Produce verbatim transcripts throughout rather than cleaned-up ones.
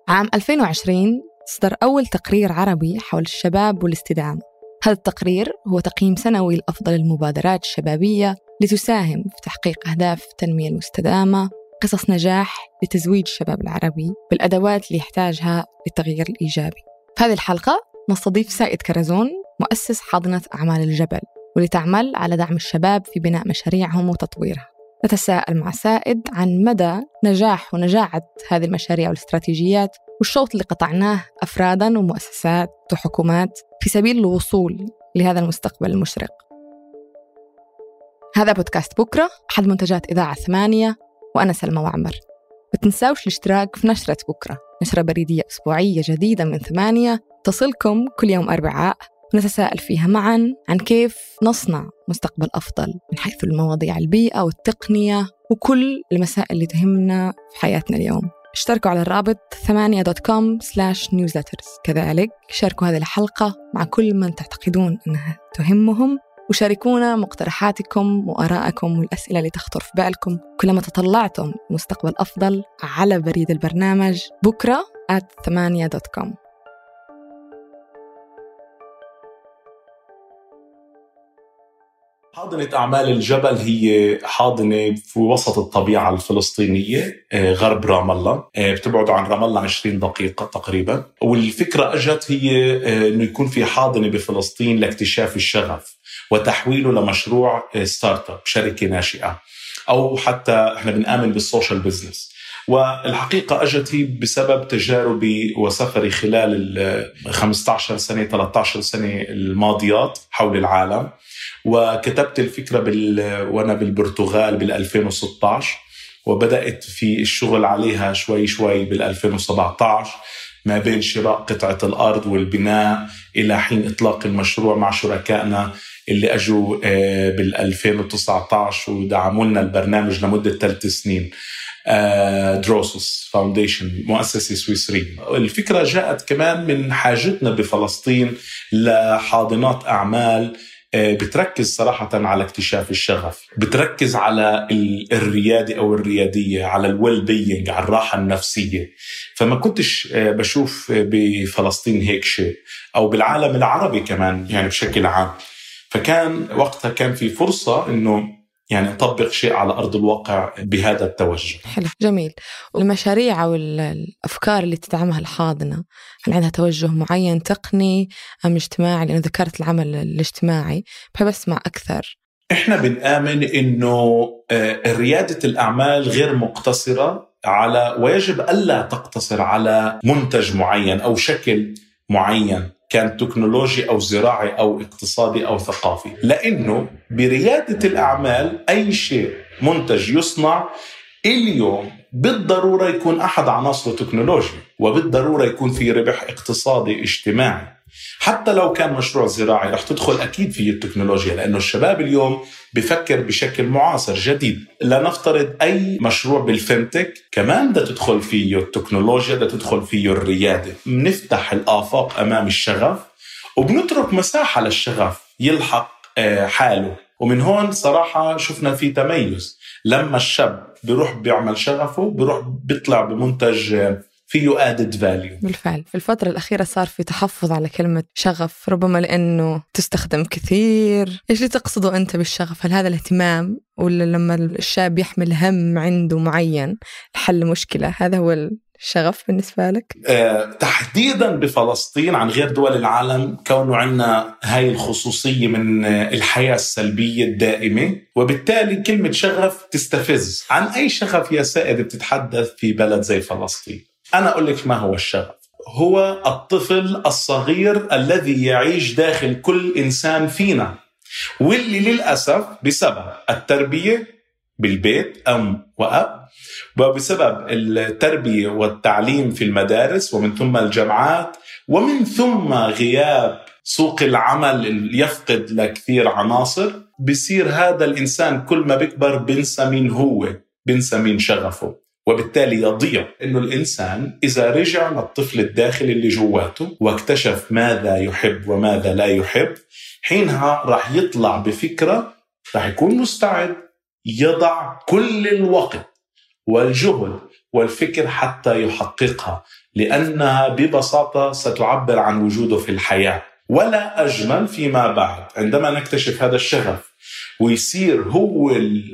عام ألفين وعشرين صدر أول تقرير عربي حول الشباب والاستدامة. هذا التقرير هو تقييم سنوي لأفضل المبادرات الشبابية لتساهم في تحقيق أهداف التنمية المستدامة، قصص نجاح لتزويج الشباب العربي بالأدوات اللي يحتاجها للتغيير الإيجابي. في هذه الحلقة نستضيف سائد كرزون، مؤسس حاضنة أعمال الجبل، واللي تعمل على دعم الشباب في بناء مشاريعهم وتطويرها. نتساءل مع سائد عن مدى نجاح ونجاعة هذه المشاريع والاستراتيجيات والشوط اللي قطعناه أفراداً ومؤسسات وحكومات في سبيل الوصول لهذا المستقبل المشرق. هذا بودكاست بكرة، أحد منتجات إذاعة ثمانية، وأنا سلمى وعمر. ما تنساوش الاشتراك في نشرة بكرة، نشرة بريدية أسبوعية جديدة من ثمانية تصلكم كل يوم أربعاء، ونتساءل فيها معاً عن كيف نصنع مستقبل أفضل من حيث المواضيع البيئة والتقنية وكل المسائل اللي تهمنا في حياتنا اليوم. اشتركوا على الرابط ثمانية دوت كوم سلاش نيوزلترز. كذلك شاركوا هذه الحلقة مع كل من تعتقدون أنها تهمهم، وشاركونا مقترحاتكم وآراءكم والأسئلة اللي تخطر في بالكم كلما تطلعتم مستقبل أفضل على بريد البرنامج بكرة آت ثمانية دوت كوم. حاضنة أعمال الجبل هي حاضنة في وسط الطبيعة الفلسطينية غرب رام الله، بتبعد عن رام الله عشرين دقيقة تقريبا. والفكرة أجت هي أنه يكون في حاضنة بفلسطين لاكتشاف الشغف وتحويله لمشروع ستارت اب، شركة ناشئة، أو حتى احنا بنآمن بالسوشيال بيزنس. والحقيقة أجت هي بسبب تجاربي وسفري خلال ال خمسة عشر سنة ثلاثة عشر سنة الماضيات حول العالم، وكتبت الفكرة بال... وأنا بالبرتغال بالألفين وستة عشر، وبدأت في الشغل عليها شوي شوي بالألفين وسبعة عشر، ما بين شراء قطعة الأرض والبناء إلى حين إطلاق المشروع مع شركائنا اللي أجوا بالألفين وتسعة عشر ودعمونا البرنامج لمدة ثلاث سنين. دروسوس فاونديشن، مؤسسة سويسرية. الفكرة جاءت كمان من حاجتنا بفلسطين لحاضنات أعمال بتركز صراحة على اكتشاف الشغف، بتركز على الريادة أو الريادية، على الويل بينج، على الراحة النفسية. فما كنتش بشوف بفلسطين هيك شيء، أو بالعالم العربي كمان يعني بشكل عام. فكان وقتها كان في فرصة إنه يعني نطبق شيء على أرض الواقع بهذا التوجه. حلو، جميل. والمشاريع والأفكار اللي تدعمها الحاضنة، هل عندها توجه معين تقني أم اجتماعي؟ لأنه ذكرت العمل الاجتماعي، بحب أسمع أكثر. إحنا بنآمن إنه ريادة الأعمال غير مقتصرة على، ويجب ألا تقتصر على منتج معين أو شكل معين، كان تكنولوجي أو زراعي أو اقتصادي أو ثقافي. لأنه بريادة الأعمال أي شيء منتج يصنع اليوم بالضرورة يكون أحد عناصره تكنولوجيا، وبالضرورة يكون في ربح اقتصادي اجتماعي. حتى لو كان مشروع زراعي رح تدخل أكيد فيه التكنولوجيا، لأنه الشباب اليوم بفكر بشكل معاصر جديد. لا نفترض أي مشروع بالفنتك كمان ده تدخل فيه التكنولوجيا، ده تدخل فيه الريادة. بنفتح الآفاق أمام الشغف وبنترك مساحة للشغف يلحق حاله. ومن هون صراحة شفنا في تميز، لما الشاب بيروح بيعمل شغفه بيروح بيطلع بمنتج فيه added value. بالفعل في الفترة الأخيرة صار في تحفظ على كلمة شغف، ربما لأنه تستخدم كثير. إيش اللي تقصده أنت بالشغف؟ هل هذا الاهتمام، ولا لما الشاب يحمل هم عنده معين لحل مشكلة، هذا هو الشغف بالنسبة لك؟ أه تحديدا بفلسطين عن غير دول العالم، كونه عندنا هاي الخصوصية من الحياة السلبية الدائمة، وبالتالي كلمة شغف تستفز. عن أي شغف يا سائد بتتحدث في بلد زي فلسطين؟ أنا أقول لك ما هو الشغف. هو الطفل الصغير الذي يعيش داخل كل إنسان فينا، واللي للأسف بسبب التربية بالبيت أم وأب، وبسبب التربية والتعليم في المدارس ومن ثم الجامعات، ومن ثم غياب سوق العمل يفقد لكثير عناصر، بيصير هذا الإنسان كل ما بيكبر بنسى مين هو، بنسى مين شغفه، وبالتالي يضيع. إنه الإنسان إذا رجع للطفل الداخلي اللي جواته واكتشف ماذا يحب وماذا لا يحب، حينها راح يطلع بفكرة راح يكون مستعد يضع كل الوقت والجهد والفكر حتى يحققها. لأنها ببساطة ستعبر عن وجوده في الحياة. ولا أجمل فيما بعد عندما نكتشف هذا الشغف ويصير هو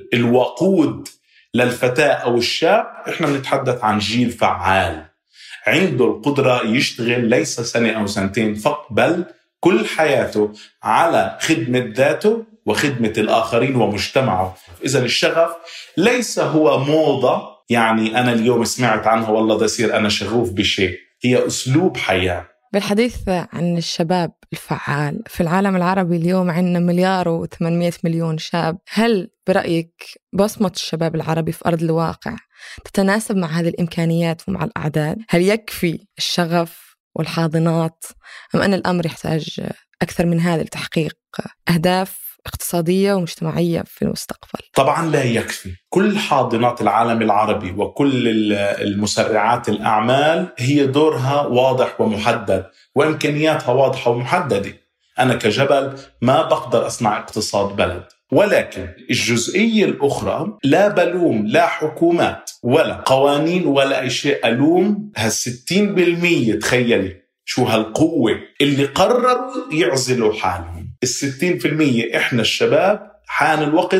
الوقود للفتاة أو الشاب. إحنا بنتحدث عن جيل فعال عنده القدرة يشتغل ليس سنة أو سنتين فقط، بل كل حياته على خدمة ذاته وخدمة الآخرين ومجتمعه. إذن الشغف ليس هو موضة، يعني أنا اليوم سمعت عنها والله ده يصير أنا شغوف بشيء، هي أسلوب حياة. بالحديث عن الشباب الفعال في العالم العربي اليوم عندنا مليار وثمانمائة مليون شاب. هل برأيك بصمة الشباب العربي في أرض الواقع تتناسب مع هذه الإمكانيات ومع الأعداد؟ هل يكفي الشغف والحاضنات أم أن الأمر يحتاج أكثر من هذا لتحقيق أهداف اقتصادية ومجتمعية في المستقبل؟ طبعا لا يكفي. كل حاضنات العالم العربي وكل المسرعات الأعمال هي دورها واضح ومحدد وإمكانياتها واضحة ومحددة. أنا كجبل ما بقدر أصنع اقتصاد بلد، ولكن الجزئية الأخرى لا بلوم لا حكومات ولا قوانين ولا أي شيء، ألوم هالستين بالمية. تخيلي شو هالقوة اللي قرروا يعزلوا حالهم. الستين في المية إحنا الشباب حان الوقت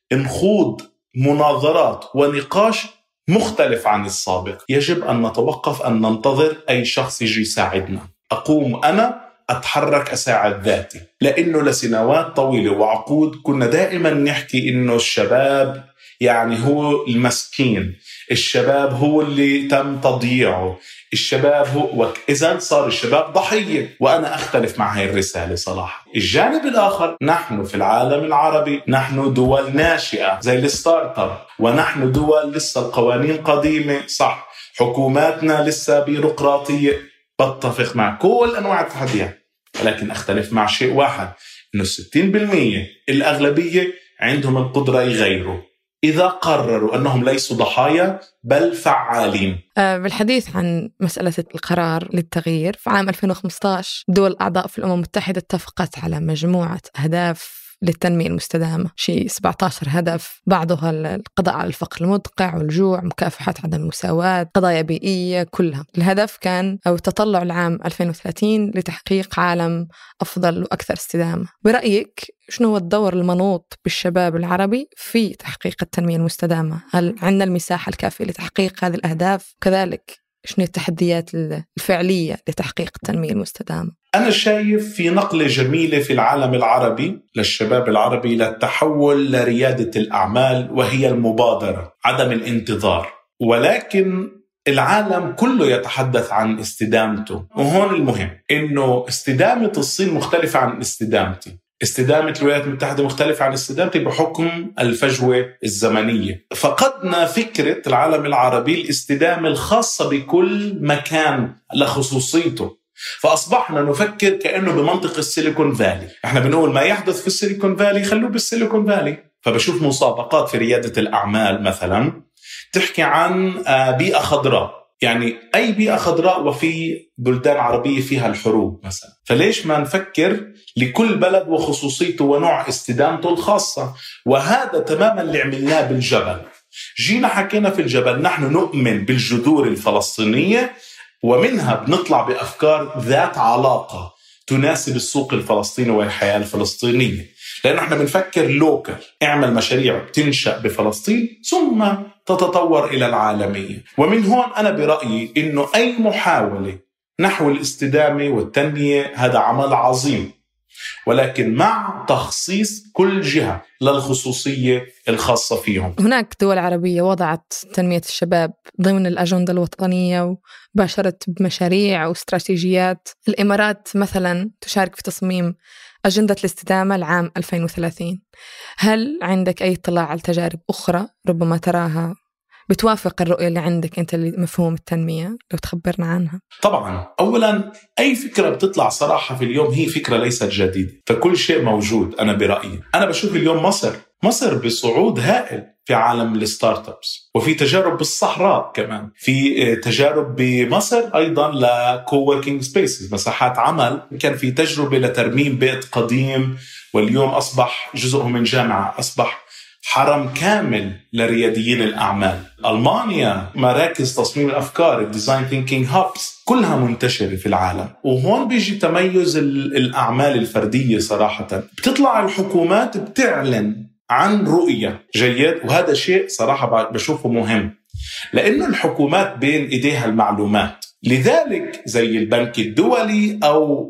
نخوض مناظرات ونقاش مختلف عن السابق. يجب أن نتوقف أن ننتظر أي شخص يجي يساعدنا. أقوم أنا أتحرك أساعد ذاتي، لأنه لسنوات طويلة وعقود كنا دائما نحكي إنه الشباب يعني هو المسكين، الشباب هو اللي تم تضييعه، الشباب هو وإذن صار الشباب ضحية. وأنا أختلف مع هاي الرسالة صراحة. الجانب الآخر، نحن في العالم العربي نحن دول ناشئة زي الستارت اب، ونحن دول لسه القوانين قديمة، صح، حكوماتنا لسه بيروقراطية، بتفق مع كل أنواع التحديات، ولكن أختلف مع شيء واحد، إنه الستين بالمية الأغلبية عندهم القدرة يغيروا إذا قرروا أنهم ليسوا ضحايا بل فعالين. بالحديث عن مسألة القرار للتغيير، في عام ألفين وخمسة عشر دول الأعضاء في الأمم المتحدة اتفقت على مجموعة أهداف للتنمية المستدامة، شيء سبعة عشر هدف، بعضها القضاء على الفقر المدقع والجوع، مكافحة عدم المساواة، قضايا بيئية، كلها. الهدف كان أو تطلع العام ألفين وثلاثين لتحقيق عالم أفضل وأكثر استدامة. برأيك شنو هو الدور المنوط بالشباب العربي في تحقيق التنمية المستدامة؟ هل عندنا المساحة الكافية لتحقيق هذه الأهداف؟ كذلك شنو التحديات الفعلية لتحقيق التنمية المستدامة؟ أنا شايف في نقلة جميلة في العالم العربي للشباب العربي للتحول لريادة الأعمال، وهي المبادرة، عدم الانتظار. ولكن العالم كله يتحدث عن استدامته، وهون المهم إنه استدامة الصين مختلفة عن استدامتي، استدامة الولايات المتحدة مختلفة عن استدامتي بحكم الفجوة الزمنية. فقدنا فكرة العالم العربي الاستدامة الخاصة بكل مكان لخصوصيته، فأصبحنا نفكر كأنه بمنطق السيليكون فالي. احنا بنقول ما يحدث في السيليكون فالي خلوه بالسيليكون فالي. فبشوف مسابقات في ريادة الأعمال مثلا تحكي عن بيئة خضراء، يعني أي بيئة خضراء، وفي بلدان عربية فيها الحروب مثلا. فليش ما نفكر لكل بلد وخصوصيته ونوع استدامته الخاصة؟ وهذا تماما اللي عملناه بالجبل. جينا حكينا في الجبل نحن نؤمن بالجذور الفلسطينية، ومنها بنطلع بأفكار ذات علاقة تناسب السوق الفلسطيني والحياة الفلسطينية، لأنه احنا بنفكر لوكال، اعمل مشاريع تنشأ بفلسطين ثم تتطور إلى العالمية. ومن هون أنا برأيي إنه أي محاولة نحو الاستدامة والتنمية هذا عمل عظيم، ولكن مع تخصيص كل جهة للخصوصية الخاصة فيهم. هناك دول عربية وضعت تنمية الشباب ضمن الأجندة الوطنية وباشرت بمشاريع واستراتيجيات. الإمارات مثلا تشارك في تصميم أجندة الاستدامة العام ألفين وثلاثين. هل عندك أي اطلاع على تجارب أخرى ربما تراها بتوافق الرؤية اللي عندك أنت لمفهوم التنمية، لو تخبرنا عنها؟ طبعا، أولا أي فكرة بتطلع صراحة في اليوم هي فكرة ليست جديدة، فكل شيء موجود. أنا برأيي أنا بشوف اليوم مصر مصر بصعود هائل في عالم الستارت ابس، وفي تجارب بالصحراء كمان، في تجارب بمصر أيضا لكووركينج سبيسز، مساحات عمل. كان في تجربة لترميم بيت قديم واليوم أصبح جزء من جامعة، أصبح حرم كامل لرياديين الأعمال. ألمانيا مراكز تصميم الأفكار، الديزاين ثينكينج هابس، كلها منتشرة في العالم. وهون بيجي تميز الأعمال الفردية صراحة. بتطلع الحكومات بتعلن عن رؤية جيد، وهذا شيء صراحة بشوفه مهم، لأنه الحكومات بين إيديها المعلومات. لذلك زي البنك الدولي أو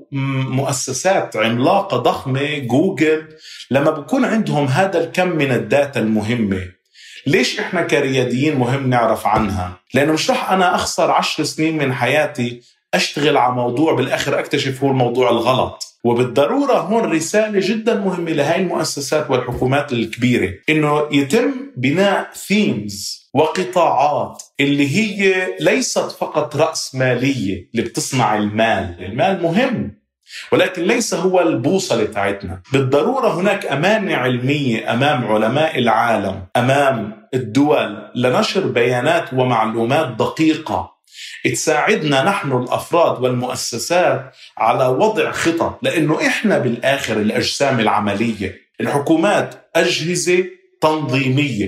مؤسسات عملاقة ضخمة جوجل، لما بكون عندهم هذا الكم من الداتا المهمة، ليش إحنا كرياديين مهم نعرف عنها؟ لأنه مش رح أنا أخسر عشر سنين من حياتي أشتغل على موضوع بالآخر أكتشف هو الموضوع الغلط. وبالضرورة هون رسالة جدا مهمة لهاي المؤسسات والحكومات الكبيرة، إنه يتم بناء ثيمز وقطاعات اللي هي ليست فقط رأس مالية اللي بتصنع المال. المال مهم ولكن ليس هو البوصلة تاعتنا. بالضرورة هناك أمانة علمية أمام علماء العالم، أمام الدول، لنشر بيانات ومعلومات دقيقة تساعدنا نحن الأفراد والمؤسسات على وضع خطط. لأنه إحنا بالآخر الأجسام العملية، الحكومات أجهزة تنظيمية،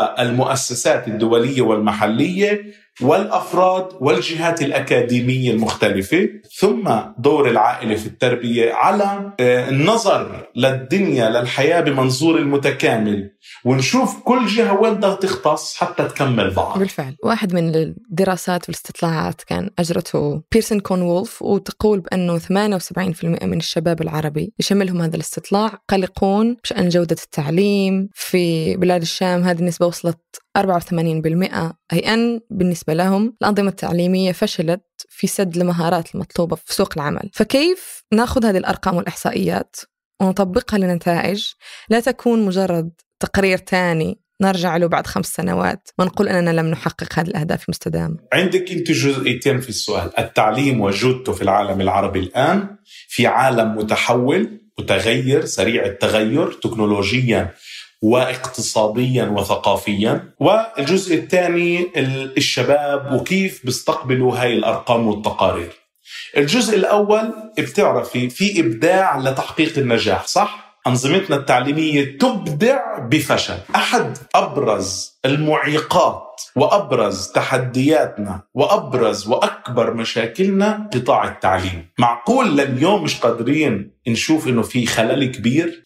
والمؤسسات الدولية والمحلية، والأفراد والجهات الأكاديمية المختلفة، ثم دور العائلة في التربية على النظر للدنيا للحياة بمنظور المتكامل، ونشوف كل جهة وين بدها تختص حتى تكمل بعض. بالفعل واحد من الدراسات والاستطلاعات كان أجرته بيرسون كونوولف، وتقول بأنه ثمانية وسبعين بالمئة من الشباب العربي يشملهم هذا الاستطلاع قلقون بشأن جودة التعليم. في بلاد الشام هذه النسبة وصلت أربعة وثمانين بالمئة، أي أن بالنسبة لهم الأنظمة التعليمية فشلت في سد المهارات المطلوبة في سوق العمل. فكيف نأخذ هذه الأرقام والإحصائيات ونطبقها لنتائج لا تكون مجرد تقرير تاني نرجع له بعد خمس سنوات ونقول أننا لم نحقق هذه الأهداف المستدامة؟ عندك أنت جزئيتين في السؤال. التعليم وجودته في العالم العربي الآن في عالم متحول متغير سريع التغير تكنولوجيا واقتصاديا وثقافيا. والجزء الثاني الشباب وكيف بيستقبلوا هاي الأرقام والتقارير. الجزء الأول بتعرفي في إبداع لتحقيق النجاح، صح؟ أنظمتنا التعليمية تبدع بفشل. أحد أبرز المعيقات وأبرز تحدياتنا وأبرز وأكبر مشاكلنا قطاع التعليم. معقول لليوم مش قادرين نشوف إنه في خلل كبير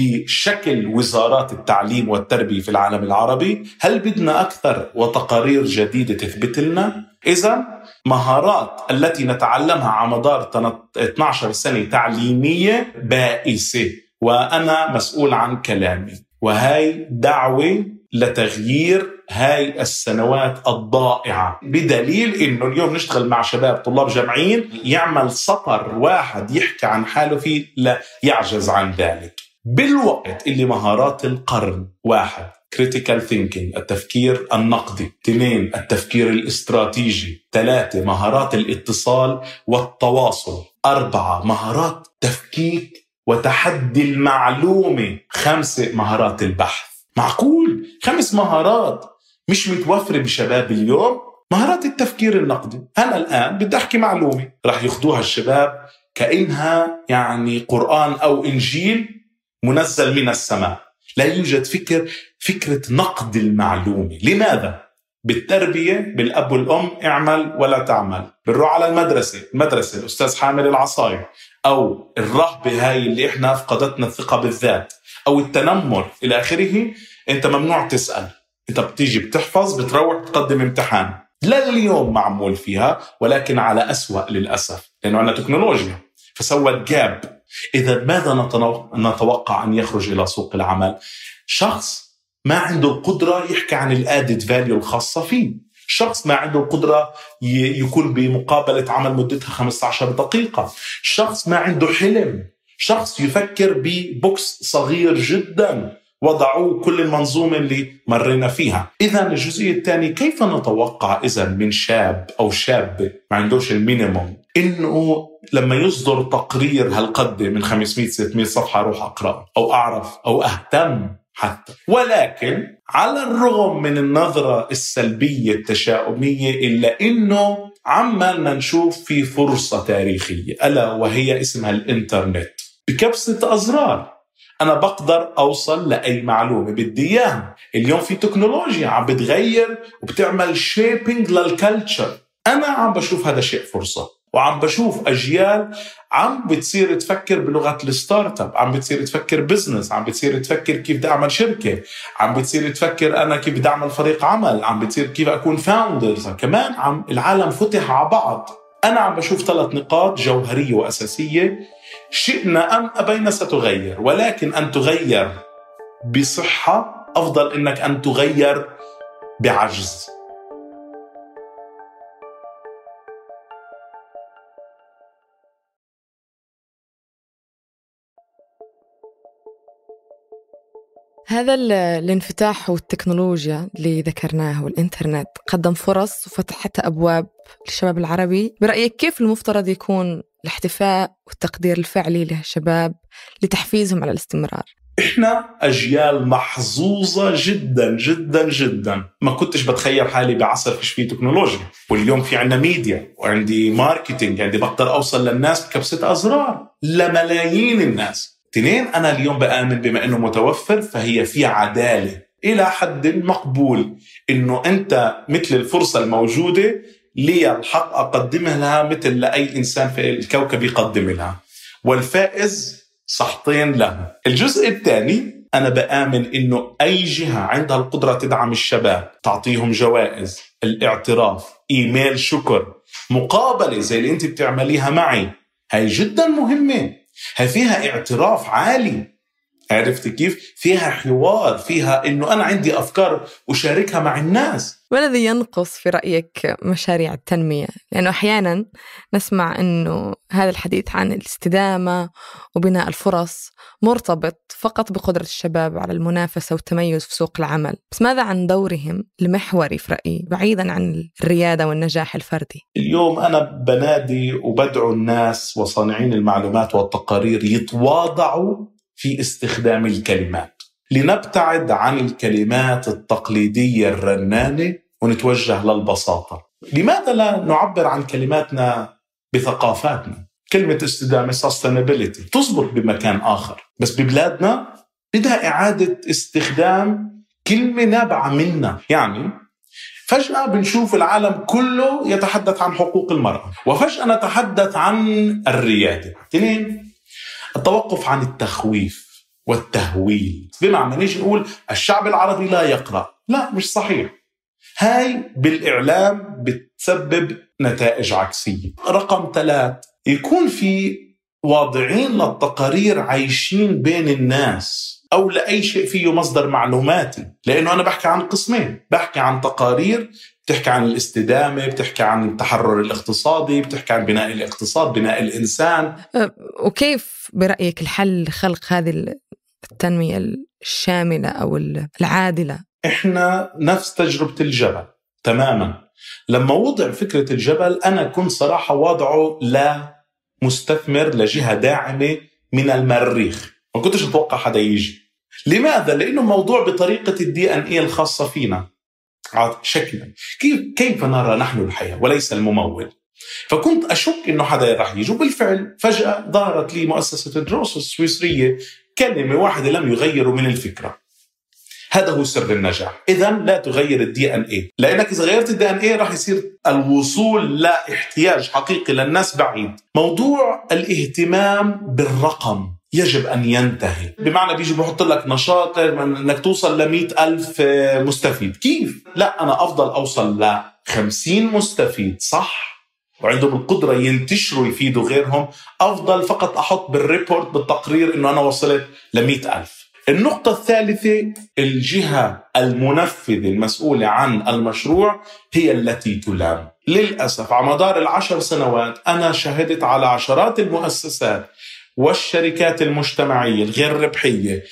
بشكل وزارات التعليم والتربية في العالم العربي؟ هل بدنا أكثر وتقارير جديدة تثبت لنا؟ إذن مهارات التي نتعلمها على مدار اثنتي عشرة سنة تعليمية بائسة، وأنا مسؤول عن كلامي، وهي دعوة لتغيير هاي السنوات الضائعة. بدليل إنه اليوم نشتغل مع شباب طلاب جامعيين يعمل سطر واحد يحكي عن حاله فيه لا يعجز عن ذلك، بالوقت اللي مهارات القرن: واحد critical thinking التفكير النقدي، اثنين التفكير الاستراتيجي، ثلاثة مهارات الاتصال والتواصل، أربعة مهارات تفكيك وتحدي المعلومة، خمسة مهارات البحث. معقول خمس مهارات مش متوفرة بشباب اليوم؟ مهارات التفكير النقدي، أنا الآن بدي أحكي معلومة رح ياخدوها الشباب كأنها يعني قرآن أو إنجيل منزل من السماء. لا يوجد فكر فكرة نقد المعلومة. لماذا؟ بالتربية بالأب والأم اعمل ولا تعمل، بنروح على المدرسة المدرسة الأستاذ حامل العصاية، أو الرهبة هاي اللي إحنا فقدتنا الثقة بالذات، أو التنمر إلى آخره. أنت ممنوع تسأل، أنت بتيجي بتحفظ بتروح تقدم امتحان. لا اليوم معمول فيها، ولكن على أسوأ للأسف، لأنه عندنا تكنولوجيا فسوت جاب. إذا ماذا نتوقع أن يخرج إلى سوق العمل؟ شخص ما عنده القدرة يحكي عن الأدد فاليو الخاصة فيه، شخص ما عنده القدرة يكون بمقابلة عمل مدتها خمسة عشر دقيقة، شخص ما عنده حلم، شخص يفكر ببوكس صغير جدا وضعوه كل المنظومة اللي مرينا فيها. إذن الجزئية الثانية: كيف نتوقع إذن من شاب أو شاب ما عندوش المينيموم إنه لما يصدر تقرير هالقد من خمسمية ستمية صفحة أروح أقرأ أو أعرف أو أهتم حتى؟ ولكن على الرغم من النظرة السلبية التشاؤمية، إلا إنه عمالنا نشوف في فرصة تاريخية، ألا وهي اسمها الإنترنت. بكبسة أزرار أنا بقدر أوصل لأي معلومة بدي إياها. اليوم في تكنولوجيا عم بتغير وبتعمل شيبينج للكالتشر. أنا عم بشوف هذا شيء فرصة، وعم بشوف أجيال عم بتصير تفكر بلغة الستارت اب، عم بتصير تفكر بزنس، عم بتصير تفكر كيف بدي أعمل شركة، عم بتصير تفكر أنا كيف بدي أعمل فريق عمل، عم بتصير كيف أكون فاوندرز. كمان عم العالم فتح على بعض. أنا عم بشوف ثلاث نقاط جوهرية وأساسية شئنا أم أبينا ستغير، ولكن أن تغير بصحة أفضل إنك أن تغير بعجز. هذا الانفتاح والتكنولوجيا اللي ذكرناه والإنترنت قدم فرص وفتح حتى أبواب للشباب العربي. برأيك كيف المفترض يكون الاحتفاء والتقدير الفعلي للشباب لتحفيزهم على الاستمرار؟ إحنا أجيال محظوظة جدا جدا جدا. ما كنتش بتخيل حالي بعصر فيش فيه تكنولوجيا، واليوم في عنا ميديا وعندي ماركتينج، عندي بقدر أوصل للناس بكبسة أزرار لملايين الناس. اثنين، أنا اليوم بآمن بما أنه متوفر فهي في عدالة إلى حد مقبول، أنه أنت مثل الفرصة الموجودة لي الحق أقدمها لها مثل لأي إنسان في الكوكب يقدم لها، والفائز صحتين له. الجزء الثاني، أنا بآمن أنه أي جهة عندها القدرة تدعم الشباب، تعطيهم جوائز، الاعتراف، إيميل شكر، مقابلة زي اللي أنت بتعمليها معي، هاي جدا مهمة. هاي فيها اعتراف عالي، عرفت كيف؟ فيها حوار، فيها إنه أنا عندي أفكار أشاركها مع الناس. والذي ينقص في رأيك مشاريع التنمية؟ لأنه أحيانا نسمع أنه هذا الحديث عن الاستدامة وبناء الفرص مرتبط فقط بقدرة الشباب على المنافسة والتميز في سوق العمل، بس ماذا عن دورهم المحوري في رأيي بعيدا عن الريادة والنجاح الفردي؟ اليوم أنا بنادي وبدعو الناس وصانعين المعلومات والتقارير يتواضعوا في استخدام الكلمات، لنبتعد عن الكلمات التقليدية الرنانة ونتوجه للبساطة. لماذا لا نعبر عن كلماتنا بثقافاتنا؟ كلمة استدامة sustainability تضبط بمكان آخر، بس ببلادنا بدها إعادة استخدام كلمة نابعة منا. يعني فجأة بنشوف العالم كله يتحدث عن حقوق المرأة، وفجأة نتحدث عن الريادة. اثنين، التوقف عن التخويف والتهويل، بمعنى نيجي نقول الشعب العربي لا يقرأ. لا، مش صحيح. هاي بالإعلام بتسبب نتائج عكسية. رقم ثلاث، يكون في واضعين للتقارير عايشين بين الناس أو لأي شيء فيه مصدر معلوماتي، لأنه أنا بحكي عن قسمين، بحكي عن تقارير بتحكي عن الاستدامة، بتحكي عن التحرر الاقتصادي، بتحكي عن بناء الاقتصاد، بناء الإنسان. وكيف برأيك الحل لخلق هذه التنمية الشاملة أو العادلة؟ إحنا نفس تجربة الجبل تماما. لما وضع فكرة الجبل أنا كنت صراحة واضعه لا مستثمر لجهة داعمة من المريخ، ما كنتش أتوقع حدا يجي. لماذا؟ لأنه موضوع بطريقة الدي أن إيه الخاصة فينا، شكلا كيف كيف نرى نحن الحياة وليس الممول. فكنت أشك إنه حدا راح يجي، وبالفعل فجأة ظهرت لي مؤسسة دروس السويسرية كلمة واحدة لم يغيروا من الفكرة. هذا هو سر النجاح. إذن لا تغير الدي أن إيه، لأنك إذا غيرت الدي أن إيه راح يصير الوصول لا احتياج حقيقي للناس بعيد. موضوع الاهتمام بالرقم يجب أن ينتهي، بمعنى بيجي بحط لك نشاط أنك توصل لمئة ألف مستفيد. كيف؟ لا، أنا أفضل أوصل لخمسين مستفيد صح وعندهم القدرة ينتشروا يفيدوا غيرهم، أفضل فقط أحط بالريبورت بالتقرير أنه أنا وصلت لمئة ألف. النقطة الثالثة، الجهة المنفذة المسؤولة عن المشروع هي التي تلام. للأسف على مدار العشر سنوات أنا شهدت على عشرات المؤسسات والشركات المجتمعية الغير ربحية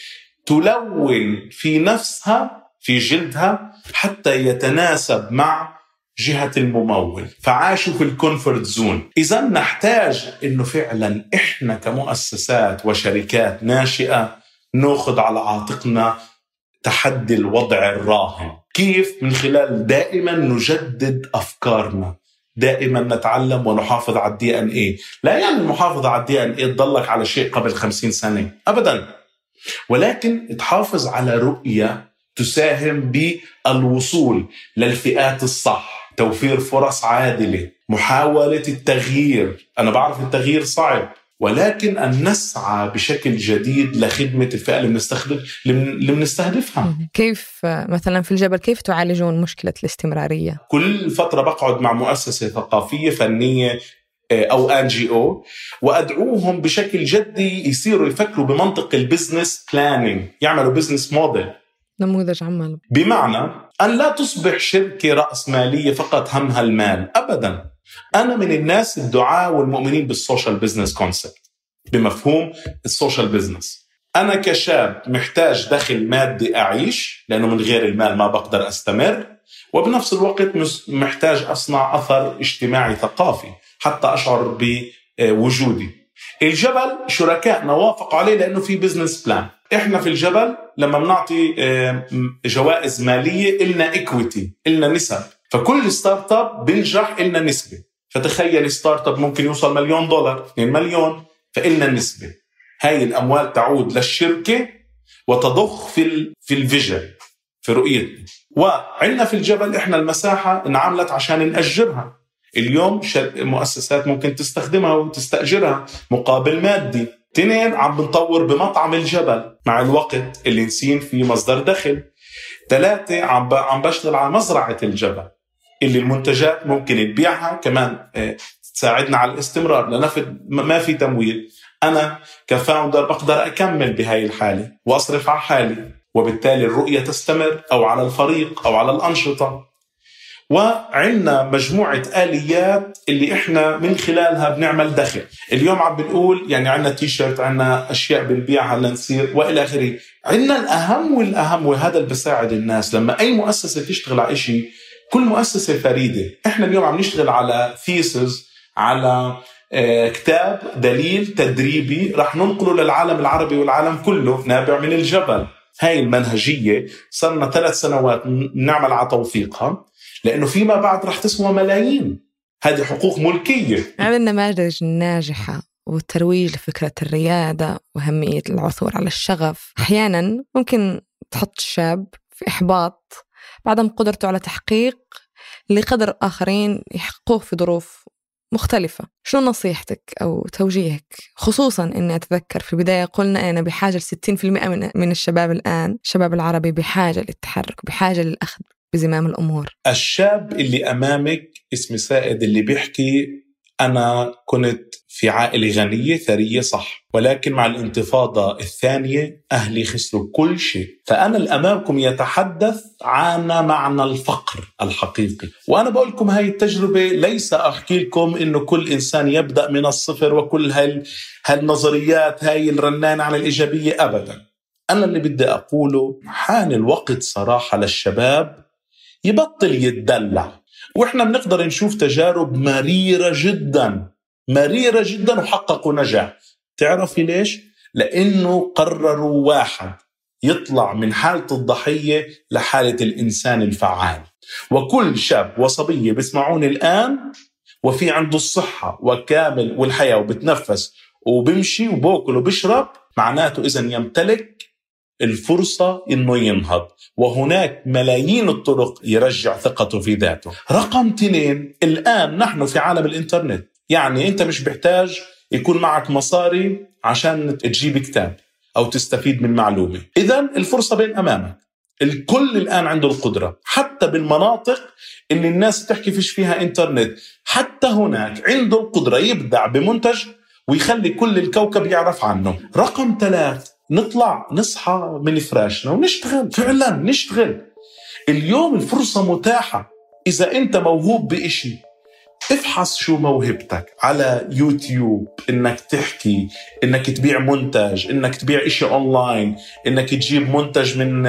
تلون في نفسها في جلدها حتى يتناسب مع جهة الممول، فعاشوا في الكونفورت زون. إذا نحتاج إنه فعلا إحنا كمؤسسات وشركات ناشئة نأخذ على عاتقنا تحدي الوضع الراهن. كيف؟ من خلال دائما نجدد أفكارنا، دائما نتعلم ونحافظ على الدي ان ايه. لا يعني المحافظة على الدي ان ايه تضلك على شيء قبل خمسين سنة أبدا. ولكن تحافظ على رؤية تساهم بالوصول للفئات الصح، توفير فرص عادلة، محاولة التغيير. أنا بعرف التغيير صعب، ولكن أن نسعى بشكل جديد لخدمة الفئة اللي بنستخدم اللي بنستهدفها. كيف مثلا في الجبل كيف تعالجون مشكلة الاستمرارية؟ كل فترة بقعد مع مؤسسة ثقافية فنية أو إن جي أو وأدعوهم بشكل جدي يصيروا يفكروا بمنطق البزنس بلانينج، يعملوا بزنس موديل، نموذج عمل، بمعنى أن لا تصبح شركة رأس مالية فقط همها المال أبدا. أنا من الناس الدعاة والمؤمنين بالسوشيال بزنس كونسبت، بمفهوم السوشيال بزنس. أنا كشاب محتاج دخل مادي أعيش، لأنه من غير المال ما بقدر أستمر، وبنفس الوقت محتاج أصنع أثر اجتماعي ثقافي حتى أشعر بوجودي. الجبل شركائنا وافقوا عليه لأنه في بزنس بلان. إحنا في الجبل لما بنعطي جوائز مالية إلنا إكويتي، إلنا نسب، فكل ستارت اب بنجح إلنا نسبة. فتخيل ستارت اب ممكن يوصل مليون دولار، اثنين مليون، فإلنا النسبة. هاي الأموال تعود للشركة وتضخ في في الفيجن، في رؤيتنا. وعندنا في الجبل إحنا المساحة انعملت عشان نأجرها. اليوم مؤسسات ممكن تستخدمها وتستأجرها مقابل مادي. تنين، عم بنطور بمطعم الجبل مع الوقت اللي نسين فيه مصدر دخل. ثلاثة، عم عم بشتغل على مزرعة الجبل اللي المنتجات ممكن نبيعها كمان تساعدنا على الاستمرار، لنفذ ما في تمويل. أنا كفاوندر بقدر أكمل بهاي الحالة وأصرف على حالي، وبالتالي الرؤية تستمر أو على الفريق أو على الأنشطة. وعندنا مجموعة آليات اللي إحنا من خلالها بنعمل دخل. اليوم عم بنقول يعني عندنا تيشيرت، عندنا أشياء بنبيعها لنصير وإلى آخره. عندنا الأهم والأهم، وهذا اللي بيساعد الناس لما أي مؤسسة تشتغل على إشي. كل مؤسسة فريدة. إحنا اليوم عم نشتغل على ثيسز، على كتاب دليل تدريبي رح ننقله للعالم العربي والعالم كله، نابع من الجبل. هاي المنهجية صرنا ثلاث سنوات نعمل على توثيقها، لأنه فيما بعد رح تسوى ملايين. هذه حقوق ملكية. عملنا نماذج ناجحة والترويج لفكرة الريادة وأهمية العثور على الشغف. أحيانا ممكن تحط الشاب في إحباط بعدم قدرته على تحقيق اللي قدر آخرين يحققوه في ظروف مختلفة. شنو نصيحتك أو توجيهك؟ خصوصاً أني أتذكر في البداية قلنا أنا بحاجة لستين بالمئة من, من الشباب الآن، الشباب العربي بحاجة للتحرك، بحاجة للأخذ بزمام الأمور. الشاب اللي أمامك اسمي سائد، اللي بيحكي أنا كنت في عائلة غنية ثرية، صح، ولكن مع الانتفاضة الثانية أهلي خسروا كل شيء. فأنا الأمامكم يتحدث عن معنى الفقر الحقيقي. وأنا بقول لكم هاي التجربة، ليس أحكي لكم إنه كل إنسان يبدأ من الصفر وكل هاي هالنظريات هاي الرنانة عن الإيجابية، أبدا. أنا اللي بدي أقوله حان الوقت صراحة للشباب يبطل يتدلع. وإحنا بنقدر نشوف تجارب مريرة جدا مريرة جدا وحققوا نجاح. تعرفي ليش؟ لأنه قرروا واحد يطلع من حالة الضحية لحالة الإنسان الفعال. وكل شاب وصبية بيسمعوني الآن وفي عنده الصحة وكامل والحياة وبتنفس وبمشي وبوكل وبشرب، معناته إذن يمتلك الفرصة إنه ينهض، وهناك ملايين الطرق يرجع ثقته في ذاته. رقم اثنين، الآن نحن في عالم الإنترنت، يعني أنت مش بحتاج يكون معك مصاري عشان تجيب كتاب أو تستفيد من معلومة. إذن الفرصة بين أمامك. الكل الآن عنده القدرة، حتى بالمناطق اللي الناس تحكي فيش فيها إنترنت، حتى هناك عنده القدرة يبدع بمنتج ويخلي كل الكوكب يعرف عنه. رقم ثلاث، نطلع نصحى من فراشنا ونشتغل، فعلا نشتغل. اليوم الفرصة متاحة. إذا أنت موهوب بإشي، افحص شو موهبتك على يوتيوب، إنك تحكي، إنك تبيع منتج، إنك تبيع إشي أونلاين، إنك تجيب منتج من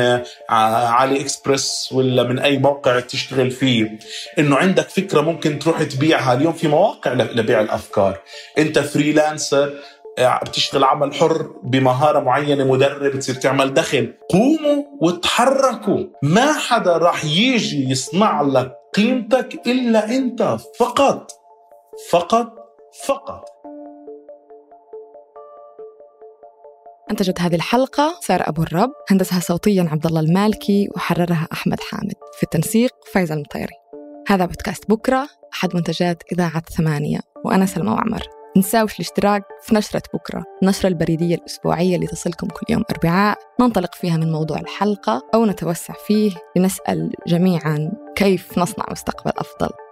علي إكسبرس ولا من أي موقع تشتغل فيه، إنه عندك فكرة ممكن تروح تبيعها. اليوم في مواقع لبيع الأفكار. أنت فريلانسر بتشتغل عمل حر بمهارة معينة، مدرب، تصير تعمل دخل. قوموا وتحركوا. ما حدا راح يجي يصنع لك قيمتك إلا أنت فقط فقط فقط. أنتجت هذه الحلقة سارة أبو الرب، هندسها صوتياً عبد الله المالكي، وحررها أحمد حامد، في التنسيق فايزة المطيري. هذا بودكاست بكرة، أحد منتجات إذاعة ثمانية، وأنا سلمى وعمر. تنساوش الاشتراك في نشرة بكرة، النشرة البريدية الأسبوعية اللي تصلكم كل يوم أربعاء، ننطلق فيها من موضوع الحلقة أو نتوسع فيه لنسأل جميعاً كيف نصنع مستقبل أفضل.